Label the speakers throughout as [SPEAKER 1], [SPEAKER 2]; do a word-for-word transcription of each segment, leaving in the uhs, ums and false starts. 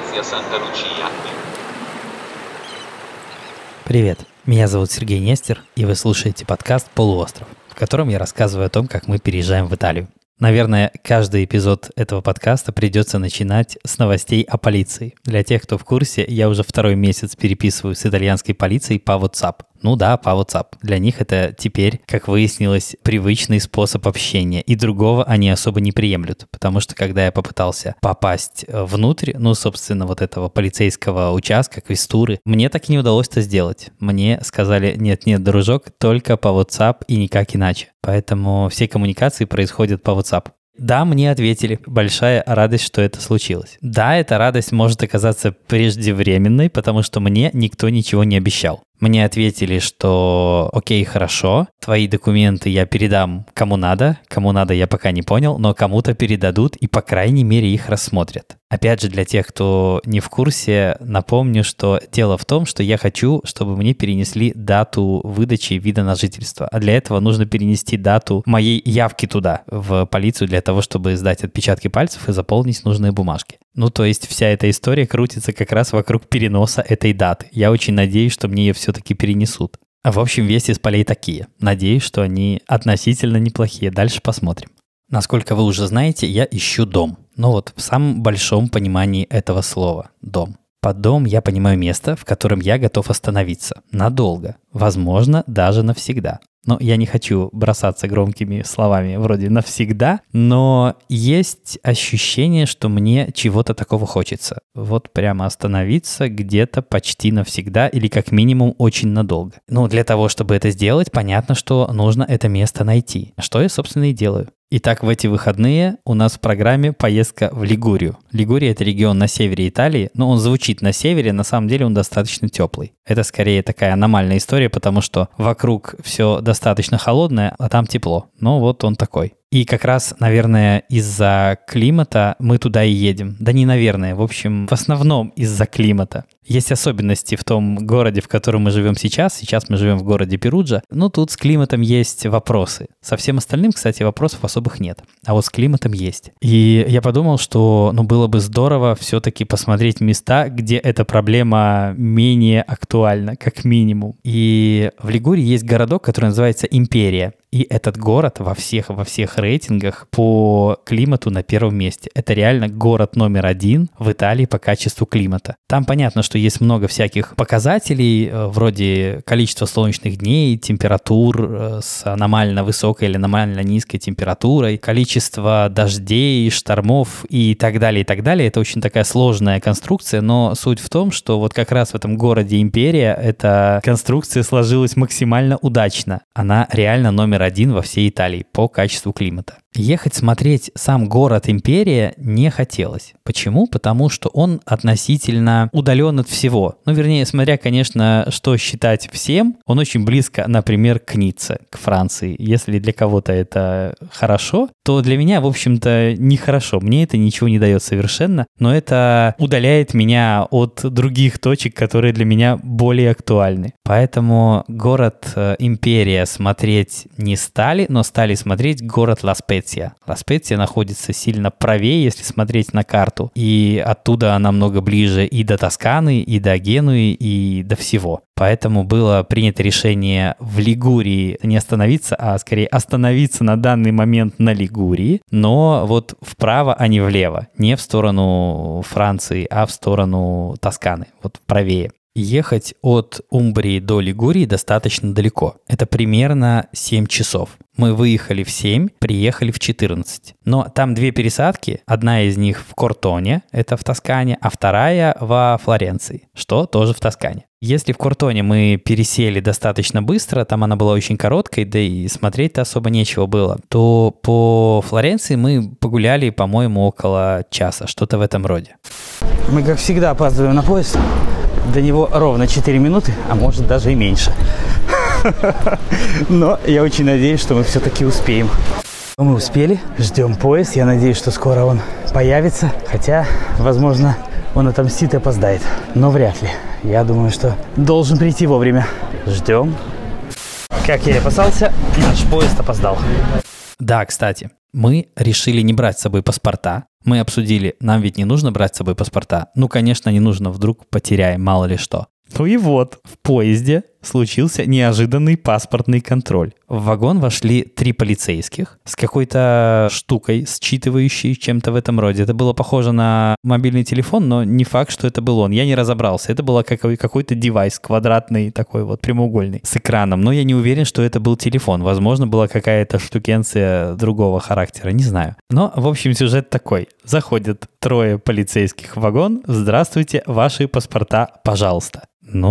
[SPEAKER 1] Venezia Santa Lucia.
[SPEAKER 2] Привет, меня зовут Сергей Нестер, и вы слушаете подкаст «Полуостров», в котором я рассказываю о том, как мы переезжаем в Италию. Наверное, каждый эпизод этого подкаста придется начинать с новостей о полиции. Для тех, кто в курсе, я уже второй месяц переписываю с итальянской полицией по WhatsApp. Ну да, по WhatsApp. Для них это теперь, как выяснилось, привычный способ общения. И другого они особо не приемлют. Потому что когда я попытался попасть внутрь, ну, собственно, вот этого полицейского участка, квестуры, мне так и не удалось это сделать. Мне сказали, нет-нет, дружок, только по WhatsApp и никак иначе. Поэтому все коммуникации происходят по WhatsApp. Да, мне ответили. Большая радость, что это случилось. Да, эта радость может оказаться преждевременной, потому что мне никто ничего не обещал. Мне ответили, что окей, хорошо, твои документы я передам кому надо, кому надо я пока не понял, но кому-то передадут и по крайней мере их рассмотрят. Опять же, для тех, кто не в курсе, напомню, что дело в том, что я хочу, чтобы мне перенесли дату выдачи вида на жительство. А для этого нужно перенести дату моей явки туда, в полицию, для того, чтобы сдать отпечатки пальцев и заполнить нужные бумажки. Ну, то есть вся эта история крутится как раз вокруг переноса этой даты. Я очень надеюсь, что мне ее все-таки перенесут. В общем, вести из полей такие. Надеюсь, что они относительно неплохие. Дальше посмотрим. Насколько вы уже знаете, я ищу дом. Ну вот, в самом большом понимании этого слова – дом. Под дом я понимаю место, в котором я готов остановиться. Надолго. Возможно, даже навсегда. Но я не хочу бросаться громкими словами вроде «навсегда», но есть ощущение, что мне чего-то такого хочется. Вот прямо остановиться где-то почти навсегда или как минимум очень надолго. Ну, для того, чтобы это сделать, понятно, что нужно это место найти. Что я, собственно, и делаю. Итак, в эти выходные у нас в программе поездка в Лигурию. Лигурия – это регион на севере Италии, но он звучит на севере, на самом деле он достаточно теплый. Это скорее такая аномальная история, потому что вокруг все достаточно холодное, а там тепло. Но вот он такой. И как раз, наверное, из-за климата мы туда и едем. Да не наверное, в общем, в основном из-за климата. Есть особенности в том городе, в котором мы живем сейчас. Сейчас мы живем в городе Перуджа. Но тут с климатом есть вопросы. Со всем остальным, кстати, вопросов особых нет. А вот с климатом есть. И я подумал, что ну, было бы здорово все-таки посмотреть места, где эта проблема менее актуальна, как минимум. И в Лигурии есть городок, который называется Империя. И этот город во всех, во всех рейтингах по климату на первом месте. Это реально город номер один в Италии по качеству климата. Там понятно, что есть много всяких показателей, вроде количества солнечных дней, температур с аномально высокой или аномально низкой температурой, количество дождей, штормов и так далее, и так далее. Это очень такая сложная конструкция, но суть в том, что вот как раз в этом городе Империя эта конструкция сложилась максимально удачно. Она реально номер один во всей Италии по качеству климата. Ехать смотреть сам город Империя не хотелось. Почему? Потому что он относительно удален от всего. Ну, вернее, смотря, конечно, что считать всем, он очень близко, например, к Ницце, к Франции. Если для кого-то это хорошо, то для меня, в общем-то, нехорошо. Мне это ничего не дает совершенно, но это удаляет меня от других точек, которые для меня более актуальны. Поэтому город Империя смотреть не стали, но стали смотреть город Ла-Специя. Ла-Специя находится сильно правее, если смотреть на карту, и оттуда она много ближе и до Тосканы, и до Генуи, и до всего. Поэтому было принято решение в Лигурии не остановиться, а скорее остановиться на данный момент на Лигурии, но вот вправо, а не влево, не в сторону Франции, а в сторону Тосканы, вот правее. Ехать от Умбрии до Лигурии достаточно далеко. Это примерно семь часов. Мы выехали в семь, приехали в четырнадцать. Но там две пересадки. Одна из них в Кортоне, это в Тоскане, а вторая во Флоренции, что тоже в Тоскане. Если в Кортоне мы пересели достаточно быстро, там она была очень короткой, да и смотреть-то особо нечего было, то по Флоренции мы погуляли, по-моему, около часа, что-то в этом роде.
[SPEAKER 3] Мы, как всегда, опаздываем на поезд. До него ровно четыре минуты, а может даже и меньше. Но я очень надеюсь, что мы все-таки успеем. Мы успели, ждем поезд. Я надеюсь, что скоро он появится. Хотя, возможно, он отомстит и опоздает. Но вряд ли. Я думаю, что должен прийти вовремя. Ждем. Как я и опасался, наш поезд опоздал.
[SPEAKER 2] Да, кстати, мы решили не брать с собой паспорта. Мы обсудили, нам ведь не нужно брать с собой паспорта. Ну, конечно, не нужно, вдруг потеряем, мало ли что. Ну и вот, в поезде случился неожиданный паспортный контроль. В вагон вошли три полицейских с какой-то штукой, считывающей чем-то в этом роде. Это было похоже на мобильный телефон, но не факт, что это был он. Я не разобрался. Это был какой-то девайс квадратный, такой вот прямоугольный, с экраном. Но я не уверен, что это был телефон. Возможно, была какая-то штукенция другого характера, не знаю. Но, в общем, сюжет такой. Заходят трое полицейских в вагон. Здравствуйте, ваши паспорта, пожалуйста.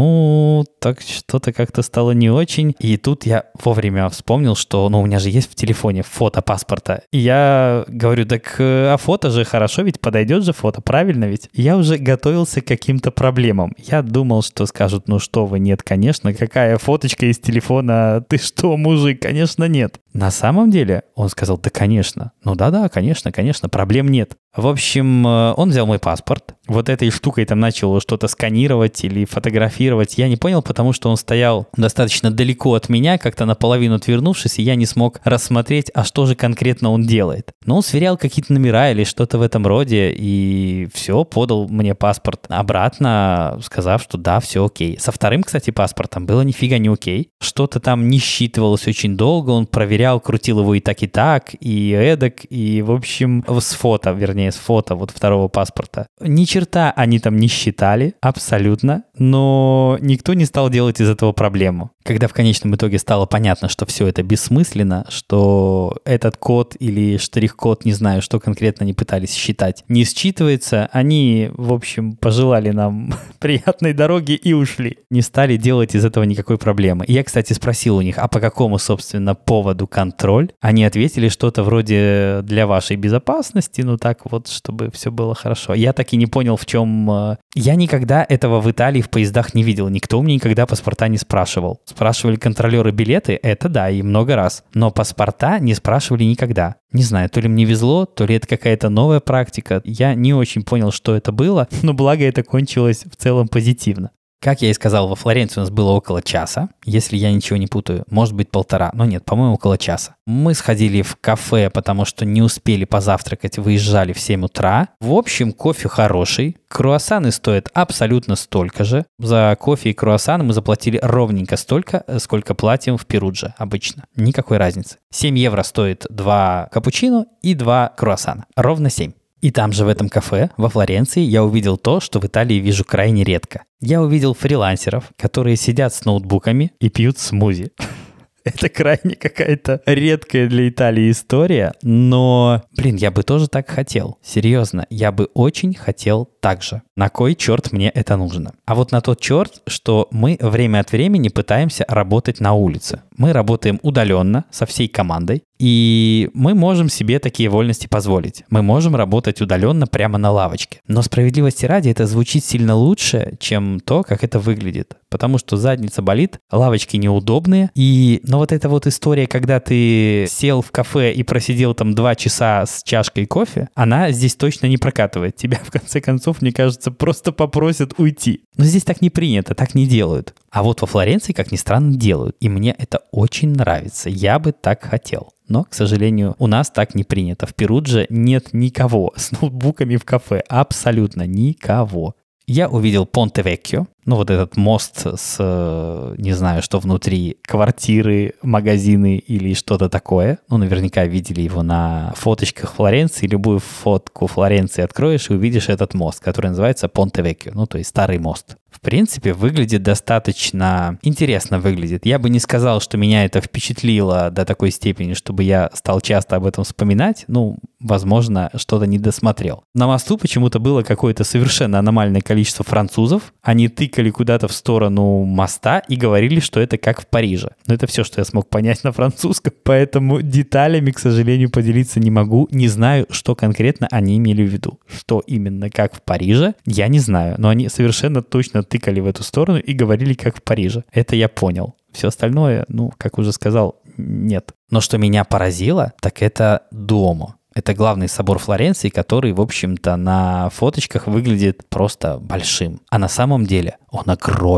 [SPEAKER 2] Ну, так что-то как-то стало не очень. И тут я вовремя вспомнил, что ну, у меня же есть в телефоне фото паспорта. И я говорю, так а фото же хорошо, ведь подойдет же фото, правильно ведь? Я уже готовился к каким-то проблемам. Я думал, что скажут, ну что вы, нет, конечно, какая фоточка из телефона, ты что, мужик, конечно, нет. На самом деле он сказал, да, конечно. Ну да-да, конечно, конечно, проблем нет. В общем, он взял мой паспорт, вот этой штукой там начал что-то сканировать или фотографировать. Я не понял, потому что он стоял достаточно далеко от меня, как-то наполовину отвернувшись, и я не смог рассмотреть, а что же конкретно он делает. Но он сверял какие-то номера или что-то в этом роде, и все, подал мне паспорт обратно, сказав, что да, все окей. Со вторым, кстати, паспортом было нифига не окей. Что-то там не считывалось очень долго, он проверял, крутил его и так, и так, и эдак, и, в общем, с фото, вернее, с фото вот второго паспорта. Ни черта они там не считали, абсолютно, но никто не стал делать из этого проблему. Когда в конечном итоге стало понятно, что все это бессмысленно, что этот код или штрих-код, не знаю, что конкретно они пытались считать, не считывается, они, в общем, пожелали нам приятной дороги и ушли. Не стали делать из этого никакой проблемы. И я, кстати, спросил у них, а по какому, собственно, поводу контроль? Они ответили что-то вроде для вашей безопасности, ну так вот, чтобы все было хорошо. Я так и не понял, в чем... Я никогда этого в Италии в поездах не видел. Никто у меня никогда паспорта не спрашивал. Спрашивали контролеры билеты, это да, и много раз. Но паспорта не спрашивали никогда. Не знаю, то ли мне везло, то ли это какая-то новая практика. Я не очень понял, что это было, но благо это кончилось в целом позитивно. Как я и сказал, во Флоренции у нас было около часа, если я ничего не путаю, может быть полтора, но нет, по-моему, около часа. Мы сходили в кафе, потому что не успели позавтракать, выезжали в семь утра. В общем, кофе хороший, круассаны стоят абсолютно столько же. За кофе и круассаны мы заплатили ровненько столько, сколько платим в Перудже обычно. Никакой разницы. семь евро стоит два капучино и два круассана. Ровно семь. И там же в этом кафе, во Флоренции, я увидел то, что в Италии вижу крайне редко. Я увидел фрилансеров, которые сидят с ноутбуками и пьют смузи. Это крайне какая-то редкая для Италии история, но, блин, я бы тоже так хотел. Серьезно, я бы очень хотел так же. На кой черт мне это нужно? А вот на тот черт, что мы время от времени пытаемся работать на улице. Мы работаем удаленно со всей командой, и мы можем себе такие вольности позволить. Мы можем работать удаленно прямо на лавочке. Но справедливости ради это звучит сильно лучше, чем то, как это выглядит. Потому что задница болит, лавочки неудобные. И, но вот эта вот история, когда ты сел в кафе и просидел там два часа с чашкой кофе, она здесь точно не прокатывает. Тебя, в конце концов, мне кажется, просто попросят уйти. Но здесь так не принято, так не делают. А вот во Флоренции, как ни странно, делают. И мне это очень нравится. Я бы так хотел. Но, к сожалению, у нас так не принято. В Перудже нет никого с ноутбуками в кафе. Абсолютно никого. Я увидел Понте-Веккио, ну вот этот мост с, не знаю, что внутри, квартиры, магазины или что-то такое. Ну, наверняка видели его на фоточках Флоренции. Любую фотку Флоренции откроешь и увидишь этот мост, который называется Понте-Веккио, ну то есть старый мост. В принципе, выглядит достаточно интересно выглядит. Я бы не сказал, что меня это впечатлило до такой степени, чтобы я стал часто об этом вспоминать. Ну, возможно, что-то не досмотрел. На мосту почему-то было какое-то совершенно аномальное количество французов. Они тыкали куда-то в сторону моста и говорили, что это как в Париже. Но это все, что я смог понять на французском. Поэтому деталями, к сожалению, поделиться не могу. Не знаю, что конкретно они имели в виду. Что именно как в Париже, я не знаю. Но они совершенно точно тыкали в эту сторону и говорили, как в Париже. Это я понял. Все остальное, ну, как уже сказал, нет. Но что меня поразило, так это Дуомо. Это главный собор Флоренции, который, в общем-то, на фоточках выглядит просто большим. А на самом деле он огромен.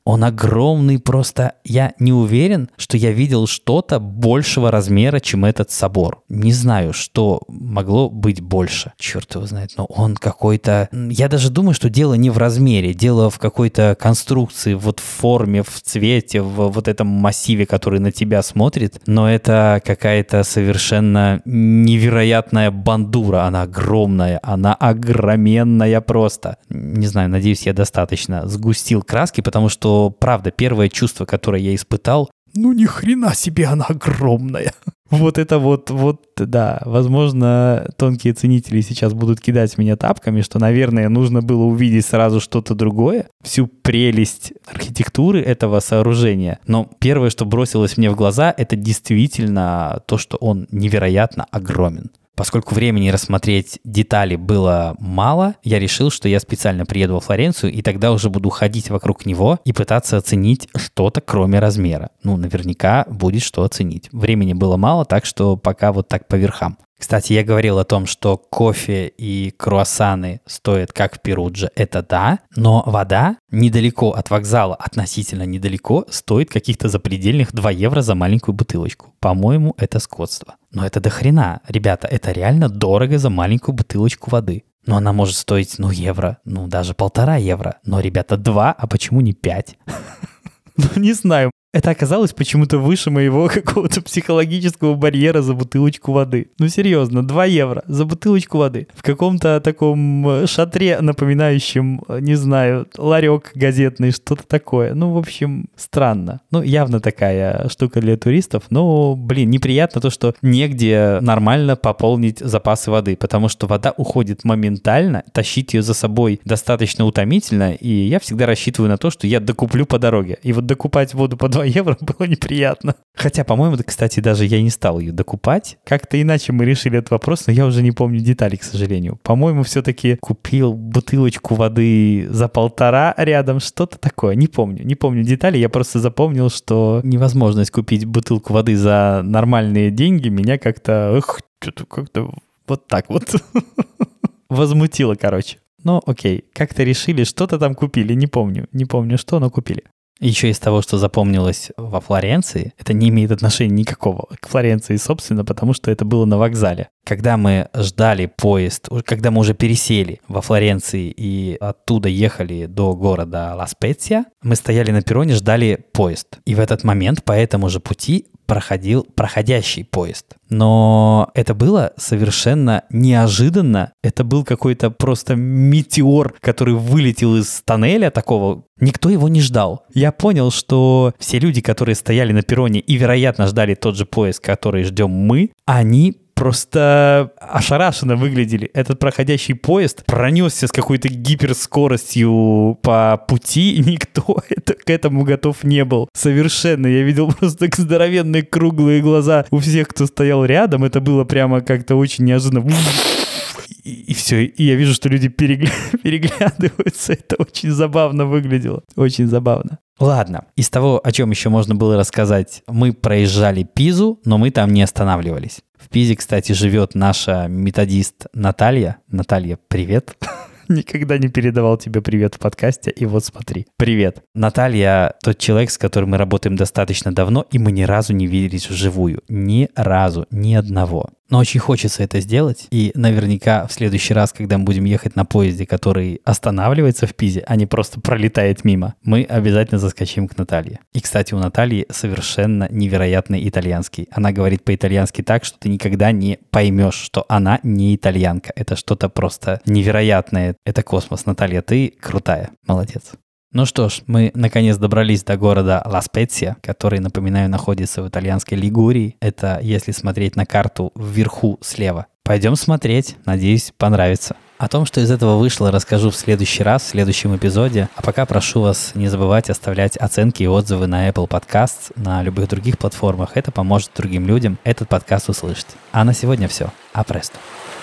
[SPEAKER 2] Он огромный просто. Я не уверен, что я видел что-то большего размера, чем этот собор. Не знаю, что могло быть больше. Черт его знает, но он какой-то... Я даже думаю, что дело не в размере, дело в какой-то конструкции, вот в форме, в цвете, в вот этом массиве, который на тебя смотрит. Но это какая-то совершенно невероятная бандура. Она огромная, она огроменная просто. Не знаю, надеюсь, я достаточно сгустил краски, потому что, правда, первое чувство, которое я испытал, ну ни хрена себе она огромная. Вот это вот, вот, да, возможно, тонкие ценители сейчас будут кидать меня тапками, что, наверное, нужно было увидеть сразу что-то другое, всю прелесть архитектуры этого сооружения. Но первое, что бросилось мне в глаза, это действительно то, что он невероятно огромен. Поскольку времени рассмотреть детали было мало, я решил, что я специально приеду во Флоренцию и тогда уже буду ходить вокруг него и пытаться оценить что-то, кроме размера. Ну, наверняка будет что оценить. Времени было мало, так что пока вот так по верхам. Кстати, я говорил о том, что кофе и круассаны стоят как в Перудже, это да, но вода недалеко от вокзала, относительно недалеко, стоит каких-то запредельных два евро за маленькую бутылочку. По-моему, это скотство. Но это до хрена, ребята, это реально дорого за маленькую бутылочку воды. Но она может стоить, ну, евро, ну, даже полтора евро. Но, ребята, два, а почему не пять? Ну, не знаю. Это оказалось почему-то выше моего какого-то психологического барьера за бутылочку воды. Ну, серьезно, два евро за бутылочку воды. В каком-то таком шатре, напоминающем, не знаю, ларек газетный, что-то такое. Ну, в общем, странно. Ну, явно такая штука для туристов. Но, блин, неприятно то, что негде нормально пополнить запасы воды, потому что вода уходит моментально, тащить ее за собой достаточно утомительно, и я всегда рассчитываю на то, что я докуплю по дороге. И вот докупать воду по два евро было неприятно. Хотя, по-моему, кстати, даже я не стал ее докупать. Как-то иначе мы решили этот вопрос, но я уже не помню деталей, к сожалению. По-моему, все-таки купил бутылочку воды за полтора рядом, что-то такое. Не помню, не помню деталей. Я просто запомнил, что невозможность купить бутылку воды за нормальные деньги меня как-то, эх, что-то как-то вот так вот возмутило, короче. Ну, окей, как-то решили, что-то там купили, не помню, не помню что, но купили. Еще из того, что запомнилось во Флоренции, это не имеет отношения никакого к Флоренции, собственно, потому что это было на вокзале. Когда мы ждали поезд, когда мы уже пересели во Флоренции и оттуда ехали до города Ла-Специя, мы стояли на перроне, ждали поезд. И в этот момент по этому же пути проходил проходящий поезд. Но это было совершенно неожиданно. Это был какой-то просто метеор, который вылетел из тоннеля такого. Никто его не ждал. Я понял, что все люди, которые стояли на перроне и, вероятно, ждали тот же поезд, который ждем мы, они просто ошарашенно выглядели. Этот проходящий поезд пронесся с какой-то гиперскоростью по пути, и никто это, к этому готов не был. Совершенно. Я видел просто здоровенные круглые глаза у всех, кто стоял рядом. Это было прямо как-то очень неожиданно. И, и все. И я вижу, что люди перегля... переглядываются. Это очень забавно выглядело. Очень забавно. Ладно, из того, о чем еще можно было рассказать, мы проезжали Пизу, но мы там не останавливались. В Пизе, кстати, живет наша методист Наталья. Наталья, привет. Никогда не передавал тебе привет в подкасте, и вот смотри. Привет. Наталья тот человек, с которым мы работаем достаточно давно, и мы ни разу не виделись вживую. Ни разу, ни одного. Но очень хочется это сделать, и наверняка в следующий раз, когда мы будем ехать на поезде, который останавливается в Пизе, а не просто пролетает мимо, мы обязательно заскочим к Наталье. И, кстати, у Натальи совершенно невероятный итальянский. Она говорит по-итальянски так, что ты никогда не поймешь, что она не итальянка. Это что-то просто невероятное. Это космос. Наталья, ты крутая. Молодец. Ну что ж, мы наконец добрались до города Ла-Специя, который, напоминаю, находится в итальянской Лигурии. Это, если смотреть на карту, вверху слева. Пойдем смотреть, надеюсь, понравится. О том, что из этого вышло, расскажу в следующий раз, в следующем эпизоде. А пока прошу вас не забывать оставлять оценки и отзывы на Apple Podcasts, на любых других платформах. Это поможет другим людям этот подкаст услышать. А на сегодня все. А престо.